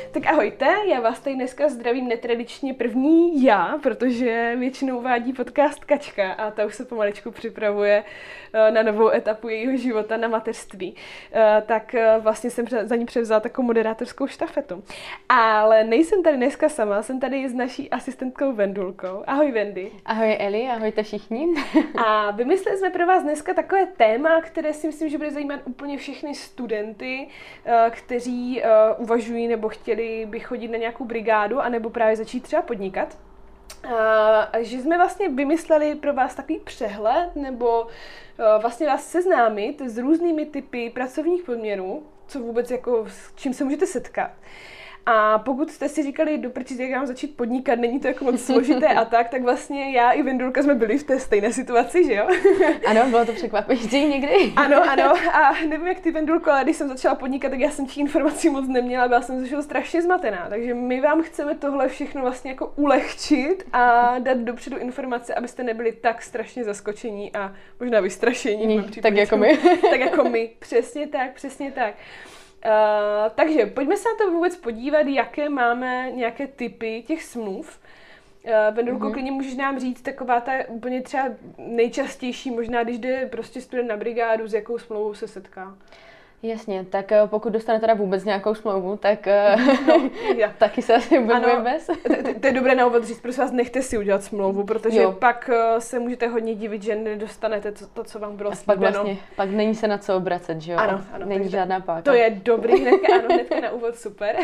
Tak ahojte, já vás tady dneska zdravím netradičně první já, protože většinou vádí podcast Kačka a ta už se pomaličku připravuje na novou etapu jejího života na mateřství. Tak vlastně jsem za ní převzala takovou moderátorskou štafetu. Ale nejsem tady dneska sama, jsem tady s naší asistentkou Vendulkou. Ahoj Vendy. Ahoj Eli, ahojte všichni. A vymysleli jsme pro vás dneska takové téma, které si myslím, že bude zajímat úplně všechny studenty, kteří uvažují nebo chtěli by chodit na nějakou brigádu anebo právě začít třeba podnikat. Že jsme vlastně vymysleli pro vás takový přehled nebo vlastně vás seznámit s různými typy pracovních poměrů, co vůbec jako s čím se můžete setkat. A pokud jste si říkali, doprčit, jak mám začít podnikat, není to jako moc složité a tak vlastně já i Vendulka jsme byli v té stejné situaci, že jo? Ano, bylo to překvapující někdy. Ano, a nevím jak ty, Vendulko, ale když jsem začala podnikat, tak já jsem těch informací moc neměla, byla jsem začala strašně zmatená. Takže my vám chceme tohle všechno vlastně jako ulehčit a dát dopředu informace, abyste nebyli tak strašně zaskočení a možná vystrašení. Tak jako my. Tak jako my, přesně tak. Takže pojďme se na to vůbec podívat, jaké máme nějaké typy těch smluv. Vendulko, klidně můžeš nám říct taková ta úplně třeba nejčastější, možná když jde prostě student na brigádu, s jakou smlouvou se setká. Jasně, tak pokud dostane teda vůbec nějakou smlouvu, tak taky se asi budeme bez. To je dobré na úvod říct, prosím vás, nechte si udělat smlouvu, protože pak se můžete hodně divit, že nedostanete to, co vám bylo slíbeno. Pak není se na co obracet, že jo? Ano, není žádná páka. To je dobrý, hnedka na úvod, super.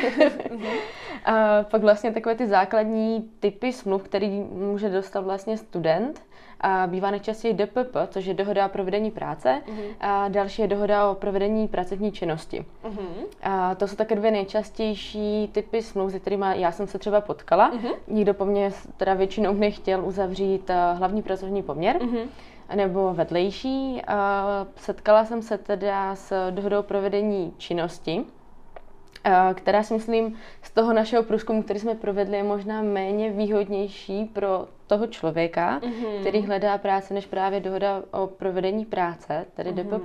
A pak vlastně takové ty základní typy smluv, který může dostat vlastně student, a bývá nejčastěji DPP, což je dohoda o provedení práce, a další je dohoda o provedení pracovní činnosti. A to jsou také dvě nejčastější typy smluv, se kterými já jsem se třeba potkala. Nikdo po mně teda většinou nechtěl uzavřít hlavní pracovní poměr, nebo vedlejší. Setkala jsem se teda s dohodou o provedení činnosti, která si myslím z toho našeho průzkumu, který jsme provedli, je možná méně výhodnější pro toho člověka, který hledá práci, než právě dohoda o provedení práce, tedy DPP.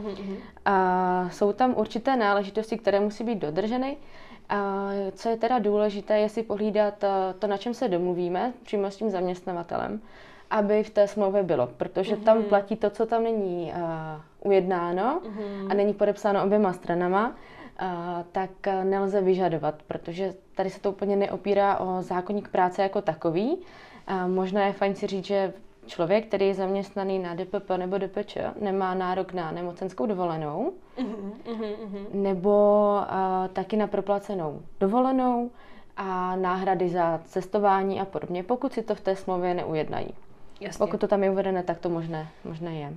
A jsou tam určité náležitosti, které musí být dodrženy. A co je teda důležité, je si pohlídat to, na čem se domluvíme přímo s tím zaměstnavatelem, aby v té smlouvě bylo, protože tam platí to, co tam není ujednáno a není podepsáno oběma stranama, tak nelze vyžadovat, protože tady se to úplně neopírá o zákoník práce jako takový. Možná je fajn si říct, že člověk, který je zaměstnaný na DPP nebo DPČ, nemá nárok na nemocenskou dovolenou, nebo taky na proplacenou dovolenou a náhrady za cestování a podobně, pokud si to v té smlouvě neujednají. Jasně. Pokud to tam je uvedené, tak to možné je.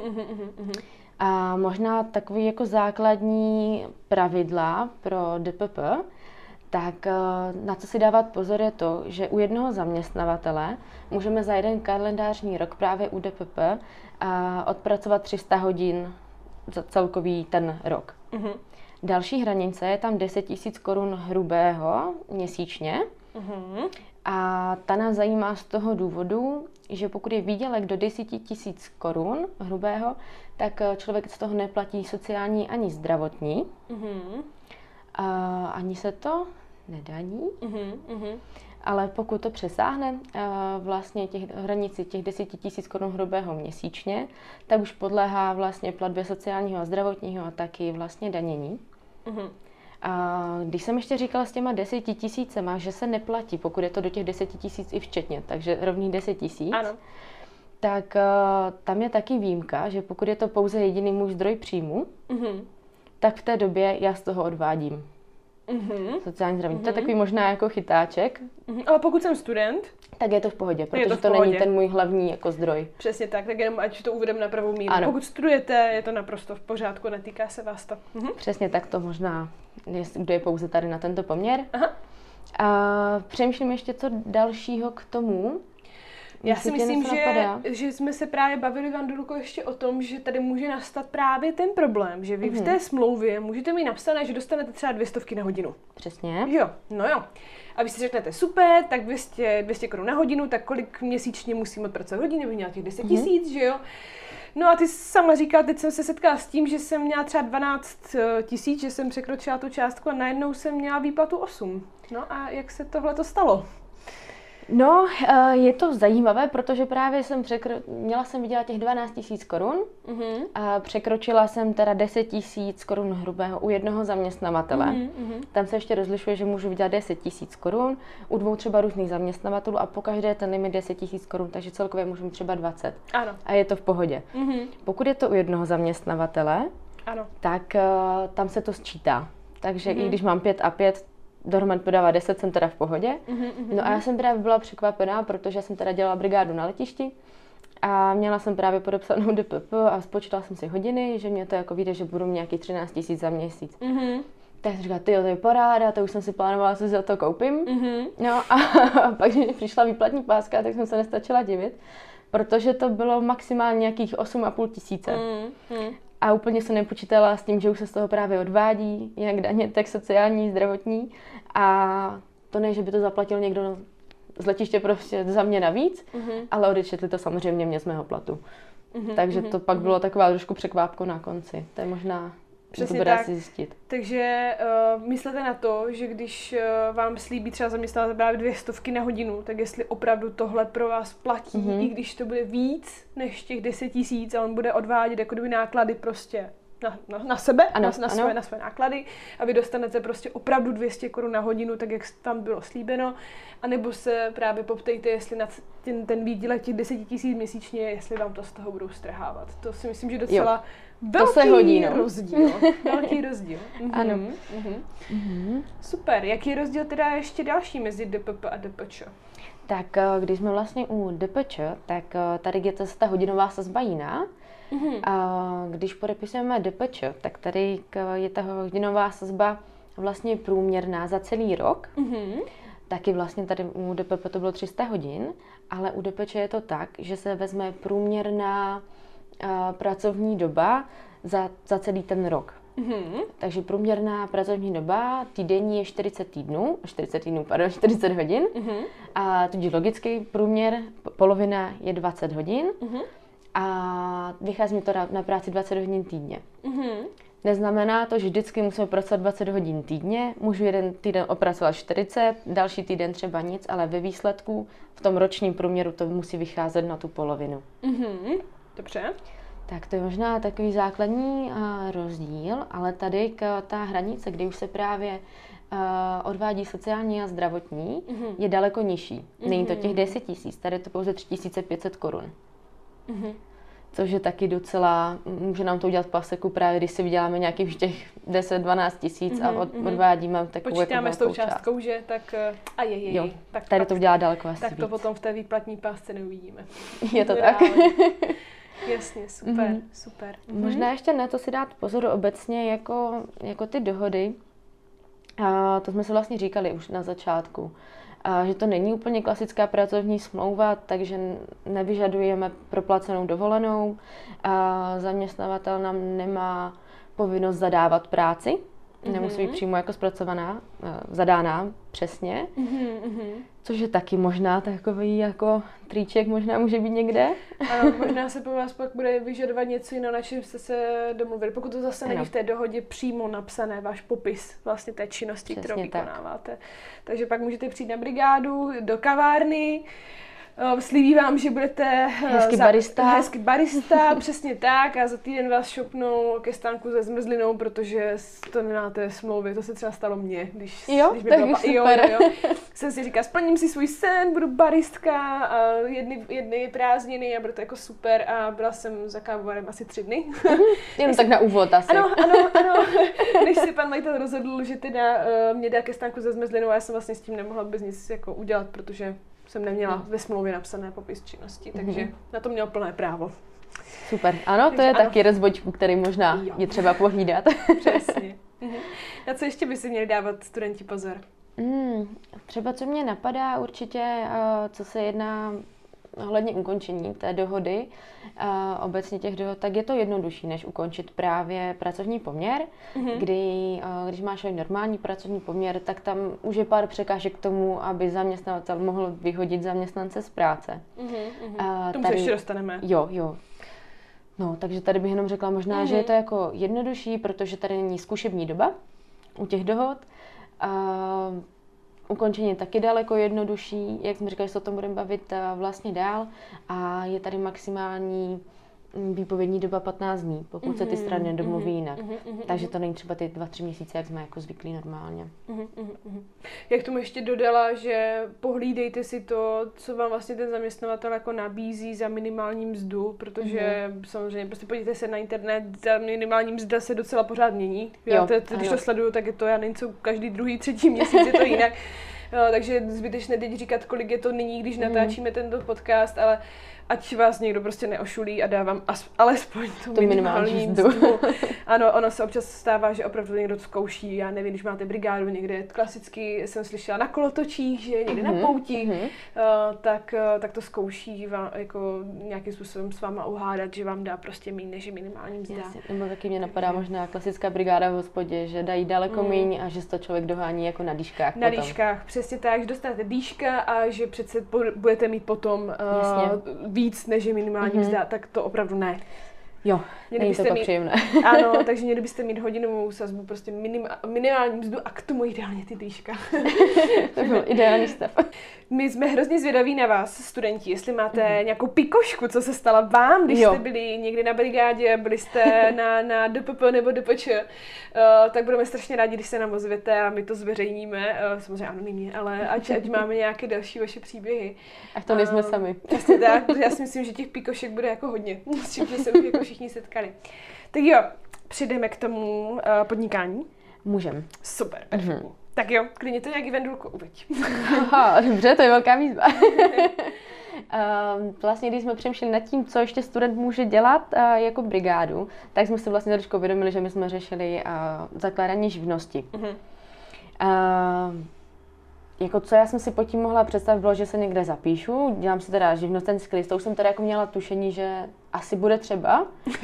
A možná takový jako základní pravidla pro DPP, tak na co si dávat pozor je to, že u jednoho zaměstnavatele můžeme za jeden kalendářní rok právě u DPP odpracovat 300 hodin za celkový ten rok. Další hranice je tam 10 000 korun hrubého měsíčně. A ta nás zajímá z toho důvodu, že pokud je výdělek do 10 000 korun hrubého, tak člověk z toho neplatí sociální ani zdravotní. Ani se to nedaní. Ale pokud to přesáhne vlastně hranici těch 10 000 korun hrubého měsíčně, tak už podléhá vlastně platbě sociálního a zdravotního a taky vlastně danění. A když jsem ještě říkala s těma 10 000, že se neplatí, pokud je to do těch 10 000 i včetně, takže rovných 10 000, ano. Tak tam je taky výjimka, že pokud je to pouze jediný můj zdroj příjmu, tak v té době já z toho odvádím sociální zdraví. To je takový možná jako chytáček. Ale pokud jsem student, tak je to v pohodě, protože to není ten můj hlavní jako zdroj. Přesně tak jenom ať to uvedem na pravou míru. Ano. Pokud studujete, je to naprosto v pořádku, netýká se vás to. Přesně tak to možná, kdo je pouze tady na tento poměr. A přemýšlím ještě co dalšího k tomu. Já si myslím, že jsme se právě bavili, Vandulko, ještě o tom, že tady může nastat právě ten problém, že vy v té smlouvě můžete mít napsané, že dostanete třeba 200 na hodinu. Přesně. Jo. A vy si řeknete, super, tak 200 korun na hodinu, tak kolik měsíčně musím odpracovat hodin, nebo nějakých 10 000, že jo? No a ty sama říkala, teď jsem se setkala s tím, že jsem měla třeba 12 000, že jsem překročila tu částku a najednou jsem měla výplatu 8. No a jak se tohle to stalo? No, je to zajímavé, protože právě měla jsem vydělat těch 12 000 korun a překročila jsem teda 10 000 korun hrubého u jednoho zaměstnavatele. Tam se ještě rozlišuje, že můžu vydělat 10 000 korun u 2 třeba různých zaměstnavatelů a po každé ten limit 10 000 korun, takže celkově můžu mít třeba 20. Ano. A je to v pohodě. Pokud je to u jednoho zaměstnavatele, ano, tak tam se to sčítá. Takže i když mám 5 a 5, dohromady podává 10, jsem teda v pohodě. No a já jsem právě byla překvapená, protože jsem teda dělala brigádu na letišti a měla jsem právě podepsanou DPP a spočítala jsem si hodiny, že mě to jako vyjde, že budu mít nějakých 13 000 za měsíc. Tak jsem říkala, tyjo, to je paráda, to už jsem si plánovala, co si za to koupím. No a pak, když přišla výplatní páska, tak jsem se nestačila divit, protože to bylo maximálně nějakých 8 500. A úplně se nepočítala s tím, že už se z toho právě odvádí, jak daně, tak sociální, zdravotní. A to ne, že by to zaplatil někdo z letiště prostě za mě navíc, ale odečetli to samozřejmě mě z mého platu. Takže to pak bylo taková trošku překvápko na konci. To je možná dobré si zjistit. Takže myslete na to, že když vám slíbí třeba zaměstnavatel právě 200 na hodinu, tak jestli opravdu tohle pro vás platí, i když to bude víc než těch 10 000 a on bude odvádět jako kdyby náklady prostě na sebe, ano, na své náklady a vy dostanete prostě opravdu 200 korun na hodinu, tak jak tam bylo slíbeno, anebo se právě poptejte, jestli na ten výdělek těch 10 000 měsíčně, jestli vám to z toho budou strhávat. To si myslím, že docela velký rozdíl. Velký rozdíl. Ano. Super. Jaký je rozdíl teda ještě další mezi DPP a DPČ? Tak když jsme vlastně u DPČ, tak tady je ta hodinová sazba jiná. A když podepisujeme DPČ, tak tady je ta hodinová sazba vlastně průměrná za celý rok. Taky vlastně tady u DPP to bylo 300 hodin, ale u DPČ je to tak, že se vezme průměrná pracovní doba za celý ten rok. Takže průměrná pracovní doba týdenní je 40 hodin. A tudíž logicky průměr, polovina je 20 hodin. A vychází mi to na práci 20 hodin týdně. Neznamená to, že vždycky musíme pracovat 20 hodin týdně, můžu jeden týden opracovat 40, další týden třeba nic, ale ve výsledku v tom ročním průměru to musí vycházet na tu polovinu. Dobře. Tak to je možná takový základní rozdíl, ale tady ta hranice, kdy už se právě odvádí sociální a zdravotní, je daleko nižší. Není to těch 10 000, tady je to pouze 3 500 korun. Což je taky docela, může nám to udělat paseku právě, když si vyděláme nějakých těch 10-12 tisíc a odvádíme takovou počítáme jako s tou částkou, že? Tak jo, tak tady to udělá daleko asi tak to víc. Potom v té výplatní pásce neuvidíme. Je to tak. Jasně, super, super. Možná ještě na to si dát pozor obecně jako ty dohody. To jsme si vlastně říkali už na začátku. Že to není úplně klasická pracovní smlouva, takže nevyžadujeme proplacenou dovolenou. Zaměstnavatel nám nemá povinnost zadávat práci, nemusí být přímo jako zpracovaná, zadána přesně, což je taky možná takový jako triček možná může být někde. Ano, možná se po vás pak bude vyžadovat něco jiného, na čem jste se domluvili, pokud to zase není v té dohodě přímo napsané, váš popis vlastně té činnosti, přesně kterou vykonáváte. Takže pak můžete přijít na brigádu, do kavárny, slíbí vám, že budete hezky barista, přesně tak, a za týden vás šopnou ke stánku se zmrzlinou, protože to nemáte smlouvy. To se třeba stalo mně, když mi bylo super. Jo. Jsem si říkala, splním si svůj sen, budu baristka a jedny prázdniny a bude to jako super a byla jsem za kávovarem asi 3 dny. Jenom tak na úvod asi. Ano. Než si pan majitel rozhodl, že teda mě dá ke stánku se zmrzlinou a já jsem vlastně s tím nemohla vůbec nic jako udělat, protože jsem neměla ve smlouvě napsané popis činnosti, takže na to měl plné právo. Super, ano, to je taky rozbočku, který možná je třeba pohlídat. Přesně. Na co ještě by si měli dávat studenti pozor? Třeba co mě napadá určitě, co se jedná ohledně ukončení té dohody, obecně těch dohod, tak je to jednodušší, než ukončit právě pracovní poměr, když máš normální pracovní poměr, tak tam už je pár překážek k tomu, aby zaměstnavatel mohl vyhodit zaměstnance z práce. Tomu se ještě dostaneme. Jo. No, takže tady bych jenom řekla možná, že je to jako jednodušší, protože tady není zkušební doba u těch dohod. Ukončení je taky daleko jednodušší, jak jsme říkali, že se o tom budeme bavit vlastně dál. A je tady maximální výpovědní doba 15 dní, pokud se ty strany nedomluví jinak. Takže to není třeba ty 2-3 měsíce, jak jsme jako zvyklí normálně. Jak tomu ještě dodala, že pohlídejte si to, co vám vlastně ten zaměstnavatel jako nabízí za minimální mzdu, protože samozřejmě prostě podívejte se na internet, ta minimální mzda se docela pořád mění. Když to sleduju, tak je to, já nevím co, každý druhý, třetí měsíc je to jinak. Takže zbytečné teď říkat, kolik je to nyní, když natáčíme tento podcast, ale ať vás někdo prostě neošulí a dávám alespoň tu minimální mzdu. Ano, ono se občas stává, že opravdu někdo zkouší, já nevím, když máte brigádu někde, klasicky jsem slyšela na kolotočích, že někde na pouti, tak to zkouší vám, jako nějakým způsobem s váma uhádat, že vám dá prostě méně než minimální mzda. Jasně, nebo taky mě napadá možná klasická brigáda v hospodě, že dají daleko míň a že to člověk dohání jako na dýškách. Na dýškách, přesně tak, že dostanete dýška a že přece budete mít potom víc než je minimální mzda, tak to opravdu ne. Jo, není to příjemné. Ano, takže měli byste mít hodinovou sazbu, prostě minimální mzdu a k tomu ideálně ty dýška. To byl ideální stav. My jsme hrozně zvědaví na vás, studenti, jestli máte nějakou pikošku, co se stala vám, když jste byli někdy na brigádě, byli jste na DPP nebo DPČ, tak budeme strašně rádi, když se nám ozvěte a my to zveřejníme, samozřejmě anonymně, ale ať máme nějaké další vaše příběhy. Ať to nejsme sami. Jasně tak, protože já si myslím, že těch pikošek bude jako hodně, s čím se už jako všichni setkali. Tak jo, přijdeme k tomu podnikání. Můžem. Super, perfektní. Tak jo, klidně to nějaký Vendulko, uveď. Aha, dobře, to je velká výzva. Vlastně, když jsme přemýšleli nad tím, co ještě student může dělat jako brigádu, tak jsme si vlastně trošku uvědomili, že my jsme řešili zakládání živnosti. Jako co já jsem si pod tím mohla představit, bylo, že se někde zapíšu, dělám si teda živnostenský list, to už jsem teda jako měla tušení, že asi bude třeba.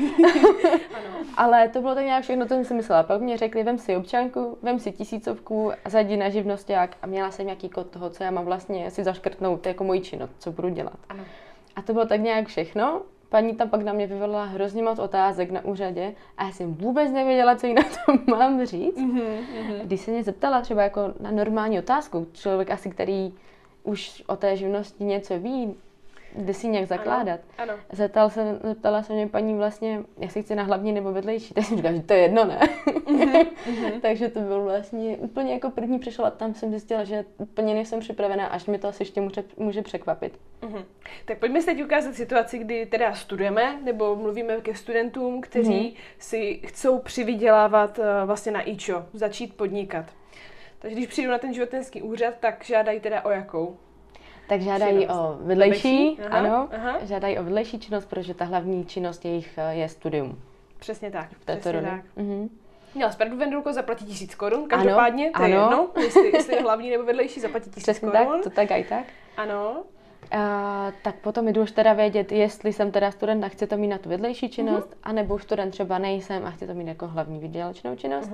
Ale to bylo tak nějak všechno, co jsem si myslela. Pak mě řekli, vem si občanku, vem si 1000 a zajdi na živnosťák a měla jsem nějaký kód toho, co já mám vlastně si zaškrtnout jako moji činnost, co budu dělat. Ano. A to bylo tak nějak všechno. Paní tam pak na mě vyvolala hrozně moc otázek na úřadě a já jsem vůbec nevěděla, co jí na to mám říct. Když se mě zeptala třeba jako na normální otázku, člověk asi, který už o té živnosti něco ví, jde si nějak zakládat. Ano. Zeptala se mě paní vlastně, jestli chci na hlavní nebo vedlejší. Tak jsem říkala, že to je jedno, ne? Takže to bylo vlastně úplně jako první přišlo a tam jsem zjistila, že úplně nejsem připravená, až mi to asi ještě může překvapit. Tak pojďme si teď ukázat situaci, kdy teda studujeme, nebo mluvíme ke studentům, kteří si chcou přivydělávat vlastně na IČO, začít podnikat. Takže když přijdu na ten životenský úřad, tak žádají teda o jakou? Tak žádají o vedlejší, ano, žádají o vedlejší činnost, protože ta hlavní činnost jejich je studium. Přesně tak, přesně tak. Měla jsi pravdu, Vendulko, zaplatí 1000 korun, každopádně, to je jedno, jestli je hlavní nebo vedlejší, zaplatí 1000 korun. Přesně tak, to tak a i tak. Ano. Tak potom jdu už teda vědět, jestli jsem teda student a chci to mít na tu vedlejší činnost, anebo student třeba nejsem a chci to mít jako hlavní výdělečnou činnost.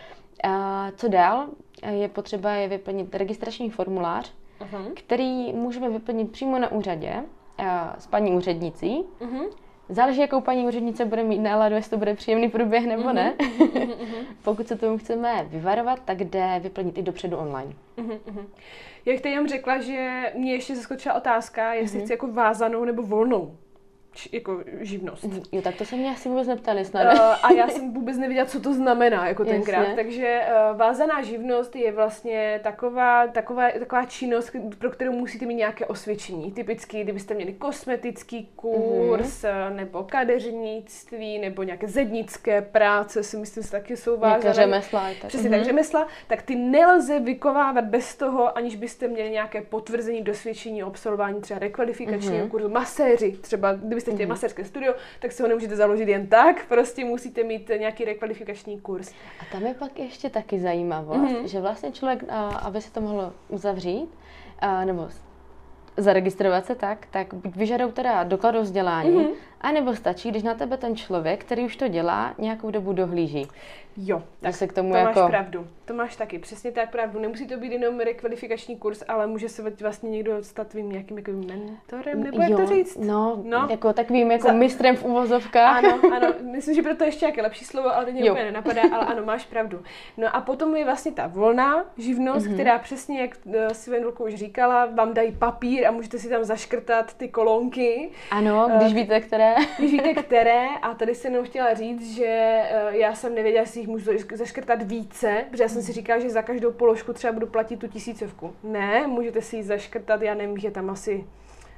Co dál? Je potřeba vyplnit registrační formulář, který můžeme vyplnit přímo na úřadě s paní úřednicí. Záleží, jakou paní úřednice bude mít náladu, jestli to bude příjemný průběh nebo ne. Pokud se tomu chceme vyvarovat, tak jde vyplnit i dopředu online. Jak teď jenom řekla, že mě ještě zaskočila otázka, jestli chci jako vázanou nebo volnou jako živnost. Jo, tak to se mě asi vůbec neptali snad. A já jsem vůbec nevěděla, co to znamená jako tenkrát. Takže vázaná živnost je vlastně taková činnost, pro kterou musíte mít nějaké osvědčení. Typicky, kdybyste měli kosmetický kurz, nebo kadeřnictví, nebo nějaké zednické práce, si myslím, že taky jsou vázané. Nějaké řemesla. Přesně tak, řemesla, tak ty nelze vykonávat bez toho, aniž byste měli nějaké potvrzení, dosvědčení o absolvování třeba rekvalifikačního kurzu. Maséři, třeba kdybyste chtěli masérské studio, tak si ho nemůžete založit jen tak, prostě musíte mít nějaký rekvalifikační kurz. A tam je pak ještě taky zajímavost, že vlastně člověk, aby se to mohlo uzavřít, nebo zaregistrovat se tak buď vyžadou teda doklad o vzdělání, A nebo stačí, když na tebe ten člověk, který už to dělá, nějakou dobu dohlíží. Jo, tak se k tomu to jako... máš pravdu. To máš taky, přesně tak pravdu. Nemusí to být jenom rekvalifikační kurz, ale může se vlastně někdo stát tvým nějakým jako mentorem, nebo jak to říct? No, jako takovým jako mistrem v uvozovkách. Ano, myslím, že proto ještě nějaké lepší slovo, ale teď mě úplně nenapadá, ale ano, máš pravdu. No a potom je vlastně ta volná živnost, která přesně, jak si Vendulko už říkala, vám dají papír a můžete si tam zaškrtat ty kolonky. Ano, když víte, které. Když víte, které. A tady jsem jenom chtěla říct, že já jsem nevěděla, jestli jich můžu zaškrtat více, protože já jsem si říkala, že za každou položku třeba budu platit tu 1000. Ne, můžete si ji zaškrtat, já nevím, že tam asi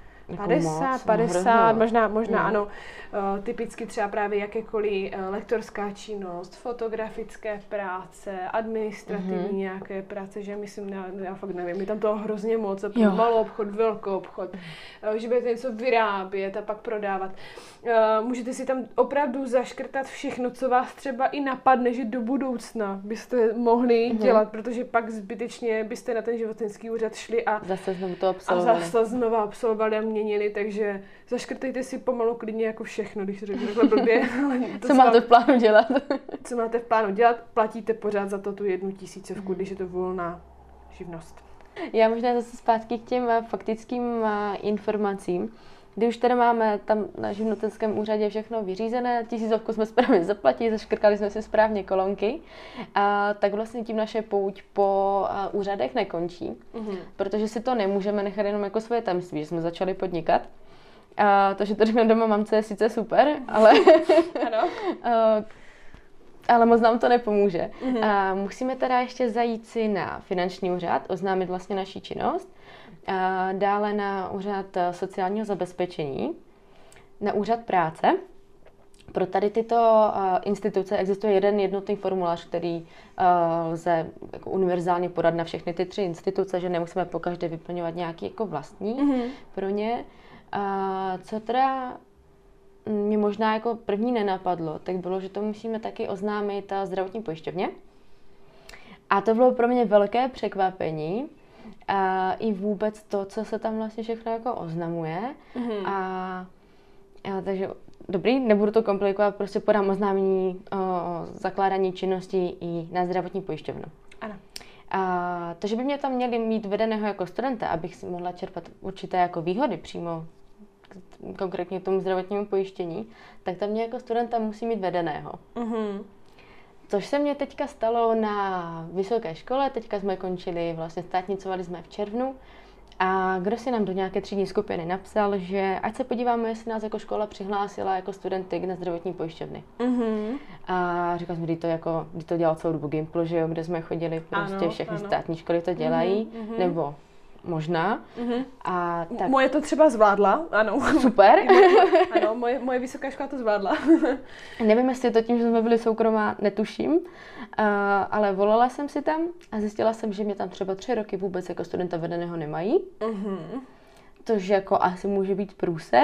50, možná ano. Typicky třeba právě jakékoliv lektorská činnost, fotografické práce, administrativní nějaké práce, že myslím, já fakt nevím, je tam toho hrozně moc, malou obchod, velkou obchod, že budete něco vyrábět a pak prodávat. Můžete si tam opravdu zaškrtat všechno, co vás třeba i napadne, že do budoucna byste mohli dělat, protože pak zbytečně byste na ten živnostenský úřad šli a zase znovu to absolvovali. A zase znovu absolvovali a měnili, takže zaškrtejte si pomalu klidně jako všechno, když řeknu takhle blbě. Co máte v plánu dělat? Co máte v plánu dělat, platíte pořád za to tu 1000, když je to volná živnost. Já možná zase zpátky k těm faktickým informacím. Když už tady máme tam na živnostenském úřadě všechno vyřízené, 1000 jsme správně zaplatili, zaškrkali jsme si správně kolonky, tak vlastně tím naše pouť po úřadech nekončí, protože si to nemůžeme nechat jenom jako svoje tajemství, že jsme začali podnikat. To, že to řekne doma mamce, je sice super, ale, ale moc nám to nepomůže. Musíme teda ještě zajít si na finanční úřad, oznámit vlastně naši činnost, dále na úřad sociálního zabezpečení, na úřad práce. Pro tady tyto instituce existuje jeden jednotný formulář, který lze jako univerzálně podat na všechny ty 3 instituce, že nemusíme pokaždé vyplňovat nějaký jako vlastní pro ně. Co teda mě možná jako první nenapadlo, tak bylo, že to musíme taky oznámit zdravotní pojišťovně. A to bylo pro mě velké překvapení. I vůbec to, co se tam vlastně všechno jako oznamuje. Takže dobrý, nebudu to komplikovat, prostě podám oznámení o zakládání činnosti i na zdravotní pojišťovnu. Ano. To, že by mě tam měli mít vedeného jako studenta, abych si mohla čerpat určité jako výhody přímo konkrétně k tomu zdravotnímu pojištění, tak tam mě jako studenta musí mít vedeného. Což se mně teďka stalo na vysoké škole, teďka jsme končili, vlastně státnicovali jsme v červnu a kdo si nám do nějaké třídní skupiny napsal, že ať se podíváme, jestli nás jako škola přihlásila jako studenty na zdravotní pojišťovny. A říkal jsem, kdy to dělal celou dobu Gimpl, že jo, kde jsme chodili, prostě všechny státní školy to dělají, nebo možná. A tak... Moje to třeba zvládla, ano. Super. Ano, moje vysoká škola to zvládla. Nevím, jestli to tím, že jsme byli soukromá, netuším, ale volala jsem si tam a zjistila jsem, že mě tam třeba 3 roky vůbec jako studenta vedeného nemají. Tož jako asi může být průser.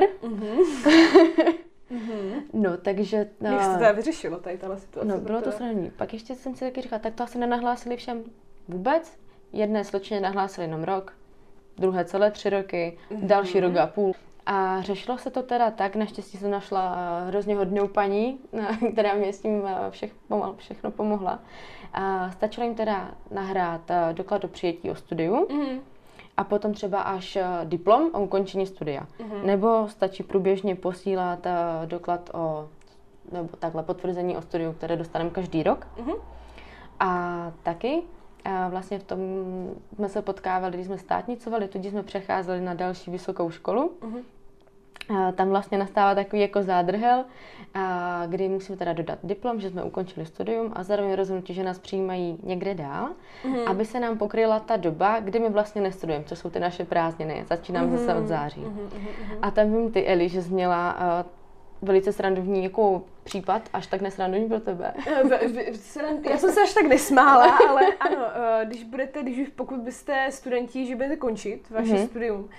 No, takže... Jak se to teda vyřešilo, tady tahle situace? No, bylo to srandovní. Pak ještě jsem si taky říkala, tak to asi nenahlásili všem vůbec. Jedné slečně nahlásili jenom rok, druhé celé 3 roky, další rok a půl. A řešilo se to teda tak, naštěstí jsem našla hrozně hodnou paní, která mě s tím všechno pomohla. A stačilo jim teda nahrát doklad o přijetí o studiu a potom třeba až diplom o ukončení studia. Nebo stačí průběžně posílat doklad nebo takhle potvrzení o studiu, které dostaneme každý rok. A taky vlastně v tom jsme se potkávali, když jsme státnicovali, tudíž jsme přecházeli na další vysokou školu. Tam vlastně nastává takový jako zádrhel, kdy musíme teda dodat diplom, že jsme ukončili studium a zároveň rozhodnutí, že nás přijímají někde dál, aby se nám pokryla ta doba, kdy my vlastně nestudujeme, což jsou ty naše prázdniny. Začínáme zase od září. A tam vím ty, Eli, že jsi měla velice srandovní jako případ, až tak nesrandovní pro tebe. Já jsem se až tak nesmála, ale ano, pokud byste studenti, že budete končit vaše studium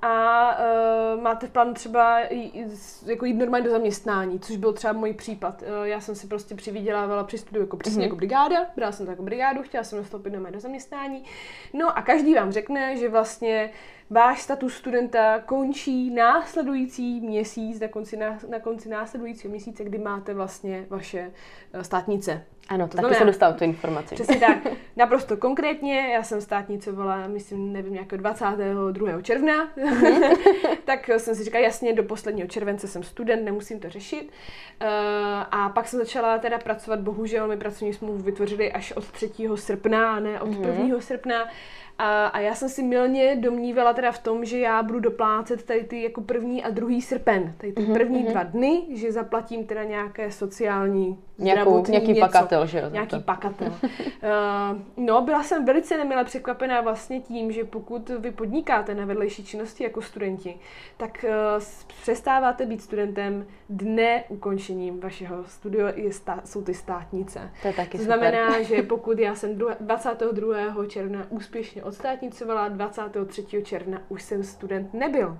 a máte v plánu třeba jako jít normálně do zaměstnání, což byl třeba můj případ. Já jsem si prostě přivydělávala při studiu jako přesně jako brigáda, brala jsem to jako brigádu, chtěla jsem nastoupit normálně do zaměstnání. No a každý vám řekne, že vlastně váš status studenta končí následující měsíc, na konci následujícího měsíce, kdy máte vlastně vaše státnice. Ano, to taky jsem dostala tu informaci. Přesně tak. Naprosto konkrétně, já jsem státnicovala, myslím, nevím, jako 22. června, tak jsem si říkala, jasně, do posledního července jsem student, nemusím to řešit. A pak jsem začala teda pracovat, bohužel mi pracovní smlouvu vytvořili až od 3. srpna, a ne od 1. srpna. A já jsem si mylně domnívala teda v tom, že já budu doplácet tady ty jako 1. a 2. srpen, tady ty první 2 dny, že zaplatím teda nějaké sociální, zdravotní nějaký něco. pakatel, že jo? Nějaký pakatel. No, byla jsem velice nemile překvapená vlastně tím, že pokud vy podnikáte na vedlejší činnosti jako studenti, tak přestáváte být studentem dne ukončením vašeho studia, jsou ty státnice. To je taky to znamená, že pokud já jsem 22. června úspěšně odstátnicovala, 23. června už jsem student nebyl.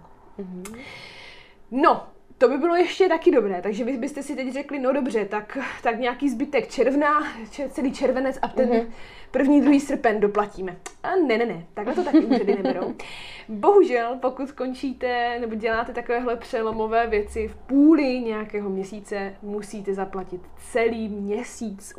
No, to by bylo ještě taky dobré, takže vy byste si teď řekli, no dobře, tak nějaký zbytek června, celý červenec a ten 1. 2. srpen doplatíme. A ne, takhle to taky úřady neberou. Bohužel, pokud končíte nebo děláte takovéhle přelomové věci v půli nějakého měsíce, musíte zaplatit celý měsíc.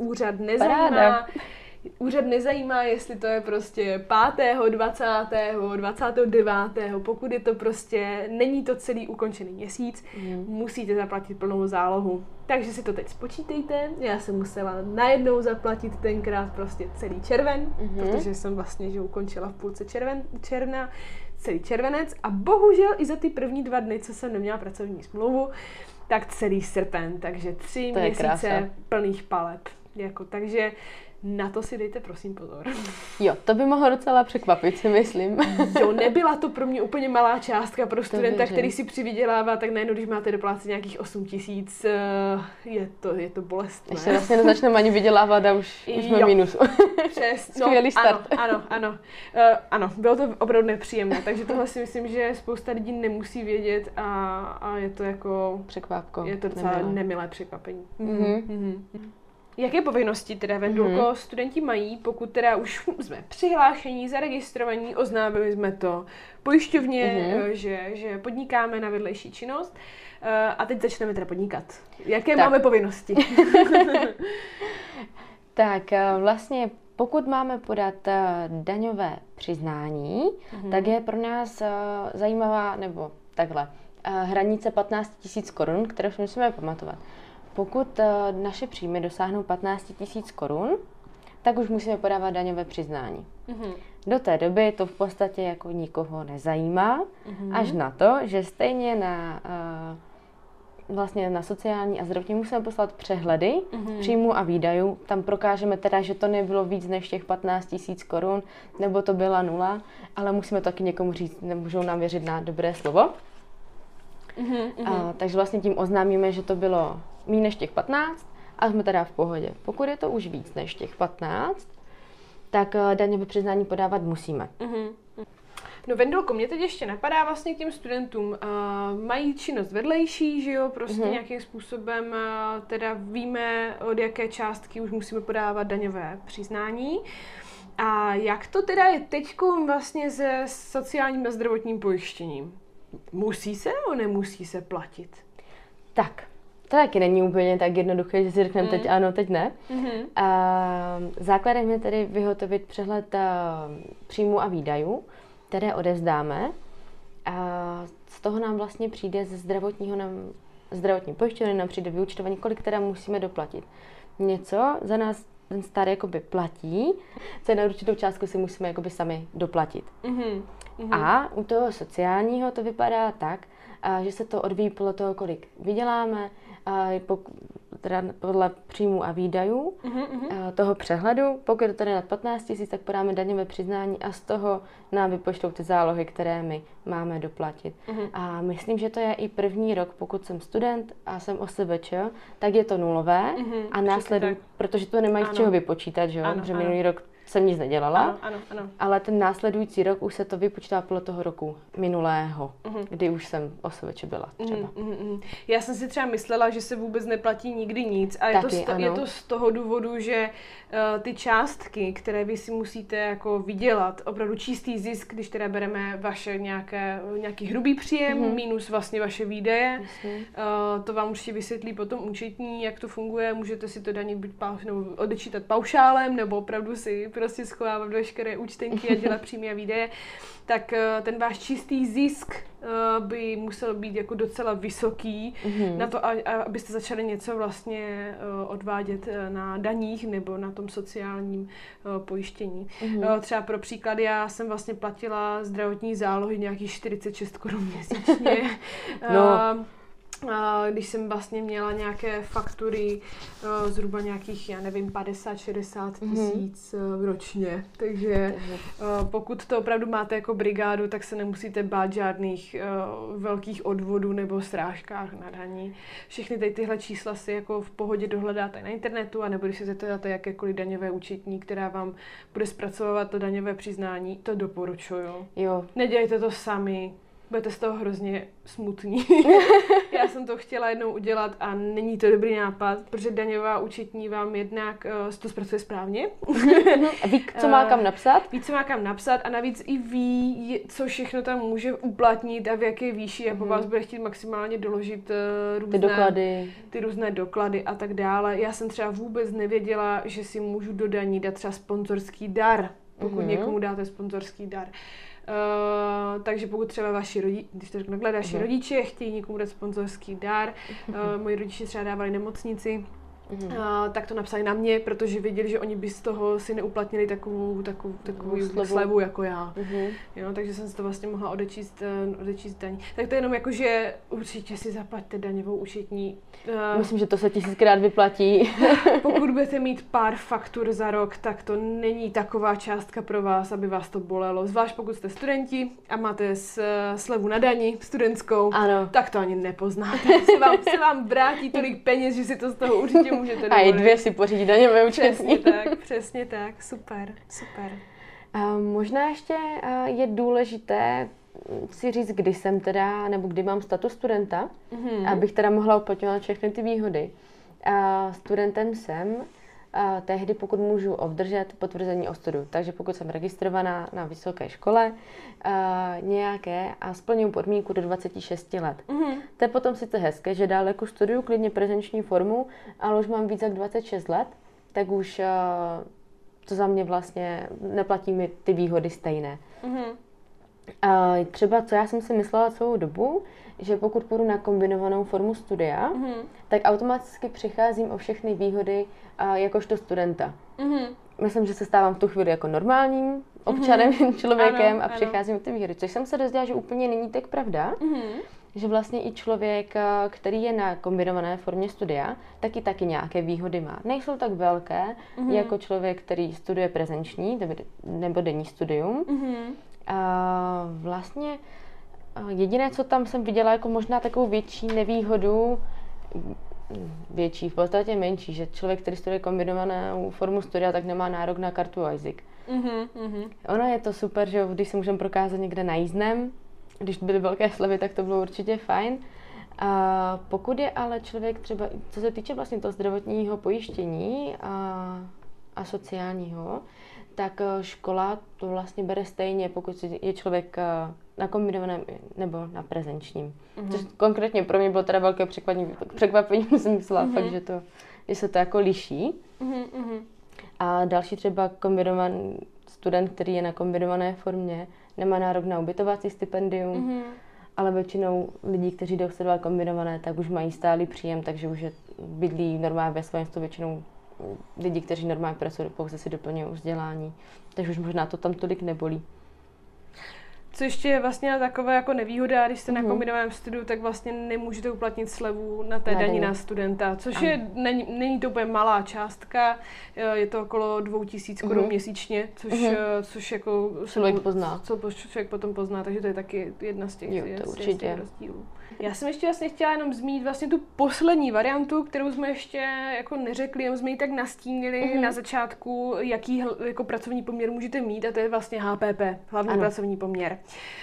Úřad nezajímá, jestli to je prostě 5., 20., 29. Pokud je to prostě, není to celý ukončený měsíc, musíte zaplatit plnou zálohu. Takže si to teď spočítejte. Já jsem musela najednou zaplatit tenkrát prostě celý červen, protože jsem vlastně že ukončila v půlce června, celý červenec a bohužel i za ty první 2 dny, co jsem neměla pracovní smlouvu, tak celý srpen, takže 3 měsíce plných paleb. Takže na to si dejte prosím pozor. Jo, to by mohlo docela překvapit, si myslím. Jo, nebyla to pro mě úplně malá částka pro studenta, který si přivydělává, tak najednou, když máte doplácet nějakých 8 000, je to bolestné. Ještě vlastně nezačneme ani vydělávat a už jsme minus. Skvělý start. Ano, bylo to opravdu nepříjemné, takže tohle si myslím, že spousta lidí nemusí vědět a je to jako překvapko. Je to docela nemilé překvapení. Jaké povinnosti teda, Vendulko, studenti mají, pokud teda už jsme přihlášení, zaregistrovaní, oznámili jsme to pojišťovně, že podnikáme na vedlejší činnost a teď začneme teda podnikat. Jaké máme povinnosti? Tak vlastně pokud máme podat daňové přiznání, tak je pro nás zajímavá, nebo takhle, hranice 15 000 korun, kterou si musíme pamatovat. Pokud naše příjmy dosáhnou 15 000 korun, tak už musíme podávat daňové přiznání. Do té doby to v podstatě jako nikoho nezajímá, až na to, že stejně vlastně na sociální a zdravotní musíme poslat přehledy příjmů a výdajů. Tam prokážeme teda, že to nebylo víc než těch 15 000 korun, nebo to byla 0, ale musíme to taky někomu říct, nemůžou nám věřit na dobré slovo. Takže vlastně tím oznámíme, že to bylo méně než těch 15 a jsme teda v pohodě. Pokud je to už víc než těch 15, tak daňové přiznání podávat musíme. No Vendulko, mě teď ještě napadá vlastně k těm studentům. Mají činnost vedlejší, že jo, prostě nějakým způsobem teda víme, od jaké částky už musíme podávat daňové přiznání. A jak to teda je teďko vlastně se sociálním a zdravotním pojištěním? Musí se nebo nemusí se platit? Tak, to taky není úplně tak jednoduché, že si řekneme teď ano, teď ne. Základem je tedy vyhotovit přehled příjmů a výdajů, které odevzdáme. Z toho nám vlastně přijde ze zdravotní pojišťovny, nám přijde vyúčtování, kolik teda musíme doplatit. Něco za nás ten stát jakoby platí, co na určitou částku si musíme jakoby sami doplatit. A u toho sociálního to vypadá tak, že se to odvíjí podle toho, kolik vyděláme, teda podle příjmů a výdajů toho přehledu. Pokud to tady nad 15 000, tak podáme daňové přiznání a z toho nám vypočtou ty zálohy, které my máme doplatit. A myslím, že to je i první rok, pokud jsem student a jsem OSVČ, tak je to nulové a následují, protože to nemají z čeho vypočítat, že jo? Protože minulý rok jsem nic nedělala, ano. Ale ten následující rok už se to vypočítá podle toho roku minulého, kdy už jsem OSVČ byla třeba. Já jsem si třeba myslela, že se vůbec neplatí nikdy nic a je to z toho důvodu, že ty částky, které vy si musíte jako vydělat, opravdu čistý zisk, když teda bereme vaše nějaký hrubý příjem minus vlastně vaše výdaje, to vám určitě vysvětlí potom účetní, jak to funguje, můžete si to danit nebo odečítat paušálem, nebo opravdu si prostě schovávat veškeré účtenky a dělat příjmy a výdaje, tak ten váš čistý zisk by musel být jako docela vysoký na to, abyste začali něco vlastně odvádět na daních nebo na tom sociálním pojištění. Třeba pro příklad, já jsem vlastně platila zdravotní zálohy nějakých 46 korun měsíčně. Když jsem vlastně měla nějaké faktury zhruba nějakých, 50-60 tisíc ročně. Takže pokud to opravdu máte jako brigádu, tak se nemusíte bát žádných velkých odvodů nebo srážkách na daní. Všechny tyhle čísla si jako v pohodě dohledáte na internetu, anebo když si zadáte jakékoliv daňové účetní, která vám bude zpracovat to daňové přiznání, to doporučuju. Jo. Nedělejte to sami. Budete z toho hrozně smutní. Já jsem to chtěla jednou udělat a není to dobrý nápad, protože daňová účetní vám jednak to zpracuje správně. A ví, co má kam napsat? Ví, co má kam napsat a navíc i ví, co všechno tam může uplatnit a v jaké výši a po vás bude chtít maximálně doložit ty různé doklady a tak dále. Já jsem třeba vůbec nevěděla, že si můžu do daní dát třeba sponzorský dar, pokud někomu dáte sponzorský dar. Takže pokud třeba vaši rodiče chtějí někomu dát sponzorský dar, moji rodiče třeba dávali nemocnici, tak to napsali na mě, protože věděli, že oni by z toho si neuplatnili takovou slevu jako já. Jo, takže jsem si to vlastně mohla odečíst daní. Tak to je jenom jako, že určitě si zaplaťte daňovou účetní. Myslím, že to se 1000krát vyplatí. Pokud budete mít pár faktur za rok, tak to není taková částka pro vás, aby vás to bolelo. Zvlášť pokud jste studenti a máte slevu na dani studentskou, tak to ani nepoznáte. Se vám vrátí tolik peněz, že si to z toho určitě můžete dovolit. A i 2 si pořídit daňové účetní. Přesně tak. Super. Možná ještě je důležité si říct, kdy jsem teda, nebo kdy mám status studenta, abych teda mohla uplatňovat všechny ty výhody. Studentem jsem tehdy, pokud můžu obdržet potvrzení o studiu. Takže pokud jsem registrovaná na vysoké škole nějaké a splňuji podmínku do 26 let. To je potom sice hezké, že dál jako studiu klidně prezenční formu, ale už mám víc jak 26 let, tak už to za mě vlastně neplatí mi ty výhody stejné. Třeba, co já jsem si myslela celou dobu, že pokud půjdu na kombinovanou formu studia, tak automaticky přicházím o všechny výhody jakožto studenta. Myslím, že se stávám v tu chvíli jako normálním občanem, člověkem a přicházím o ty výhody. Což jsem se dozvěděla, že úplně není tak pravda, že vlastně i člověk, který je na kombinované formě studia, taky nějaké výhody má. Nejsou tak velké, jako člověk, který studuje prezenční nebo denní studium. Vlastně jediné, co tam jsem viděla jako možná takovou větší nevýhodu, v podstatě menší, že člověk, který studuje kombinovanou formu studia, tak nemá nárok na kartu ISIC. Ono je to super, že když si můžeme prokázat někde na jízdném, když byly velké slevy, tak to bylo určitě fajn. Pokud je ale člověk třeba, co se týče vlastně toho zdravotního pojištění a sociálního, tak škola to vlastně bere stejně, pokud je člověk na kombinovaném nebo na prezenčním. Což konkrétně pro mě bylo teda velké překvapení, jsem myslela fakt, že se to jako liší. A další třeba kombinovaný student, který je na kombinované formě, nemá nárok na ubytovací stipendium, ale většinou lidí, kteří jdou studovat kombinované, tak už mají stálý příjem, takže už bydlí normálně ve svém stolu většinou lidi, kteří normálně pracují, pouze si doplňují vzdělání. Takže už možná to tam tolik nebolí. Co ještě je vlastně takové jako nevýhoda, když jste na kombinovaném studiu, tak vlastně nemůžete uplatnit slevu na té dani na studenta, což není to úplně malá částka, je to okolo 2000 korun měsíčně, což jako člověk pozná. Co člověk potom pozná, takže to je taky jedna z těch rozdílů. Já jsem ještě vlastně chtěla jenom zmínit vlastně tu poslední variantu, kterou jsme ještě jako neřekli, jenom jsme ji tak nastínili na začátku, jaký jako pracovní poměr můžete mít, a to je vlastně HPP, hlavní pracovní poměr.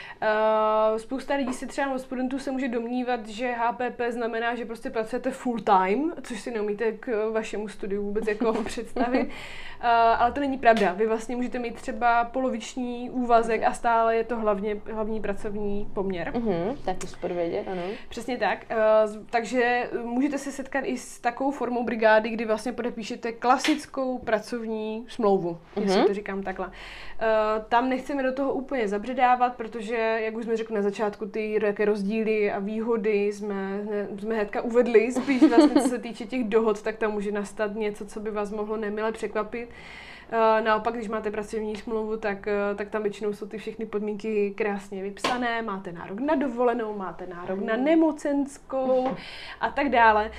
Spousta lidí si třeba studentů se může domnívat, že HPP znamená, že prostě pracujete full time, což si neumíte k vašemu studiu vůbec jako představit. Ale to není pravda. Vy vlastně můžete mít třeba poloviční úvazek a stále je to hlavní pracovní poměr. Tak to podvědět, ano. Přesně tak. Takže můžete se setkat i s takovou formou brigády, kdy vlastně podepíšete klasickou pracovní smlouvu, jestli to říkám takhle. Tam nechceme do toho úplně zabředávat, protože, jak už jsme řekli na začátku, ty jaké rozdíly a výhody jsme hnedka uvedli. Spíš vlastně, co se týče těch dohod, tak tam může nastat něco, co by vás mohlo nemile překvapit. Naopak, když máte pracovní smlouvu, tak tam většinou jsou ty všechny podmínky krásně vypsané, máte nárok na dovolenou, máte nárok na nemocenskou a tak dále.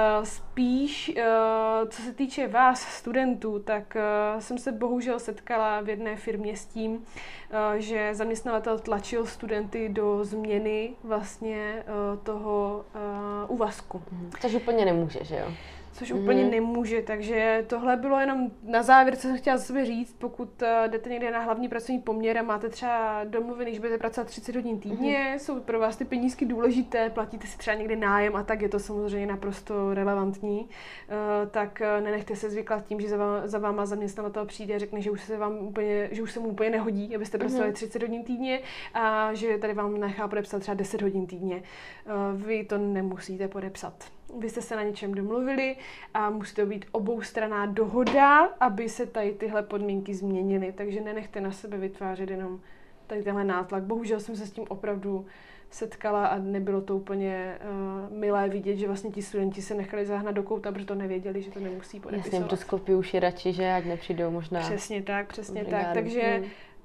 Spíš, co se týče vás, studentů, tak jsem se bohužel setkala v jedné firmě s tím, že zaměstnavatel tlačil studenty do změny vlastně toho úvazku. Což úplně nemůže, že jo? Což úplně nemůže, takže tohle bylo jenom na závěr, co jsem chtěla za sebe říct. Pokud jdete někde na hlavní pracovní poměr a máte třeba domluvený, že budete pracovat 30 hodin týdně, jsou pro vás ty penízky důležité, platíte si třeba někde nájem a tak, je to samozřejmě naprosto relevantní, tak nenechte se zvyklat tím, že za váma zaměstnavatel přijde a řekne, že už se mu úplně nehodí, abyste pracovali 30 hodin týdně a že tady vám nechá podepsat třeba 10 hodin týdně. Vy to nemusíte podepsat. Vy jste se na něčem domluvili a musí to být oboustranná dohoda, aby se tady tyhle podmínky změnily. Takže nenechte na sebe vytvářet jenom tady tenhle nátlak. Bohužel jsem se s tím opravdu setkala a nebylo to úplně milé vidět, že vlastně ti studenti se nechali zahnat do kouta, protože to nevěděli, že to nemusí podepisovat. Jasně, pro Skopje už je radši, že ať nepřijdou možná. Přesně tak. Takže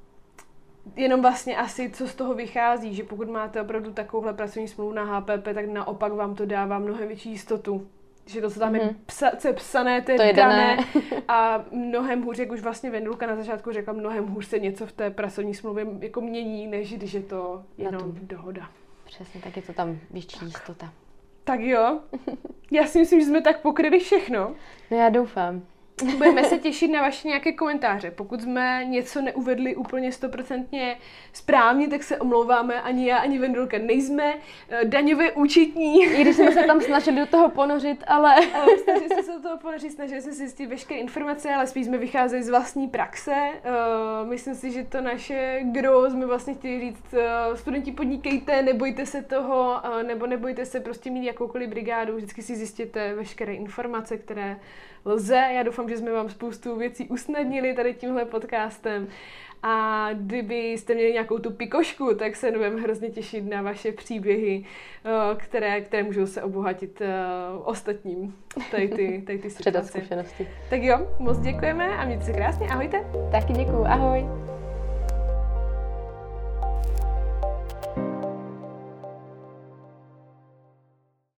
jenom vlastně asi, co z toho vychází, že pokud máte opravdu takovouhle pracovní smlouvu na HPP, tak naopak vám to dává mnohem větší jistotu. Že to, co tam je, co je psané, to je dané. A mnohem hůř, jak už vlastně Vendulka na začátku řekla, mnohem hůř se něco v té pracovní smlouvě jako mění, než když je to jenom dohoda. Přesně, tak je to tam větší jistota. Tak jo, já si myslím, že jsme tak pokryli všechno. No já doufám. Budeme se těšit na vaše nějaké komentáře. Pokud jsme něco neuvedli úplně 100% správně, tak se omlouváme, ani já, ani Vendulka nejsme daňové účetní. I když jsme se tam snažili do toho ponořit, ale... Snažili jsme se do toho ponořit, snažili jsme si zjistit veškeré informace, ale spíš jsme vycházeli z vlastní praxe. Myslím si, že to naše gro jsme vlastně chtěli říct, studenti podnikejte, nebojte se toho, nebo nebojte se prostě mít jakoukoliv brigádu, vždycky si zjistěte veškeré informace, které lze. Já doufám, že jsme vám spoustu věcí usnadnili tady tímhle podcastem. A kdybyste měli nějakou tu pikošku, tak se budeme hrozně těšit na vaše příběhy, které můžou se obohatit ostatním. Tady ty situace. Zkušenosti. Tak jo, moc děkujeme a mějte se krásně. Ahojte. Taky děkuju. Ahoj.